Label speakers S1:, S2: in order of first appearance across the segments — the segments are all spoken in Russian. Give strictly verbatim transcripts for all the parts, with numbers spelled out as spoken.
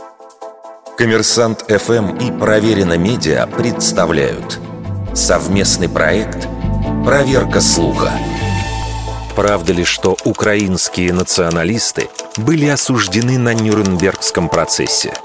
S1: Коммерсант эф эм и Проверено Медиа представляют совместный проект «Проверка слуха». Правда ли, что украинские националисты были осуждены на Нюрнбергском процессе?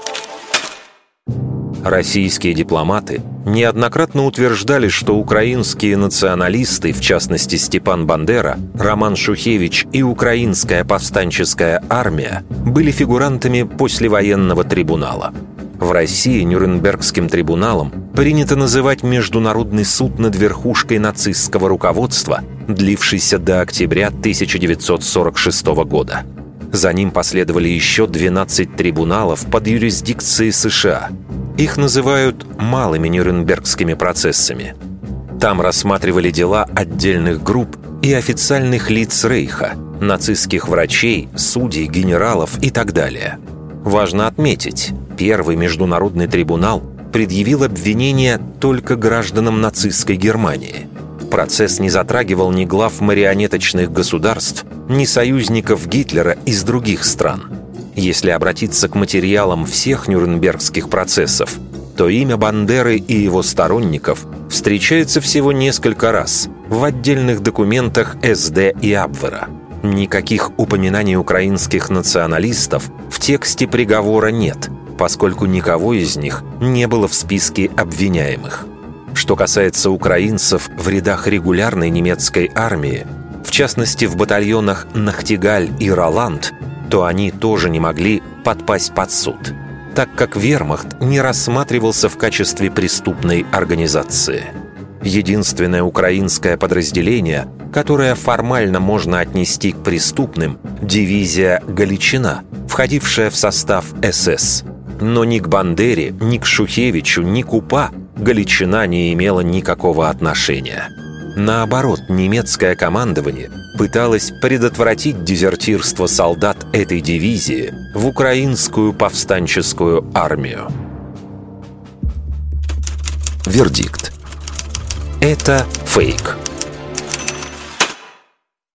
S1: Российские дипломаты неоднократно утверждали, что украинские националисты, в частности Степан Бандера, Роман Шухевич и Украинская повстанческая армия, были фигурантами послевоенного трибунала. В России Нюрнбергским трибуналом принято называть международный суд над верхушкой нацистского руководства, длившийся до октября тысяча девятьсот сорок шестого года. За ним последовали еще двенадцать трибуналов под юрисдикцией США. Их называют «малыми нюрнбергскими процессами». Там рассматривали дела отдельных групп и официальных лиц Рейха, нацистских врачей, судей, генералов и так далее. Важно отметить, первый международный трибунал предъявил обвинения только гражданам нацистской Германии. Процесс не затрагивал ни глав марионеточных государств, ни союзников Гитлера из других стран. Если обратиться к материалам всех нюрнбергских процессов, то имя Бандеры и его сторонников встречается всего несколько раз в отдельных документах эс дэ и Абвера. Никаких упоминаний украинских националистов в тексте приговора нет, поскольку никого из них не было в списке обвиняемых. Что касается украинцев в рядах регулярной немецкой армии, в частности в батальонах «Нахтигаль» и «Роланд», то они тоже не могли подпасть под суд, так как вермахт не рассматривался в качестве преступной организации. Единственное украинское подразделение, которое формально можно отнести к преступным, дивизия «Галичина», входившая в состав эс эс. Но ни к Бандере, ни к Шухевичу, ни к УПА Галичина не имела никакого отношения. Наоборот, немецкое командование пыталось предотвратить дезертирство солдат этой дивизии в украинскую повстанческую армию. Вердикт. Это фейк.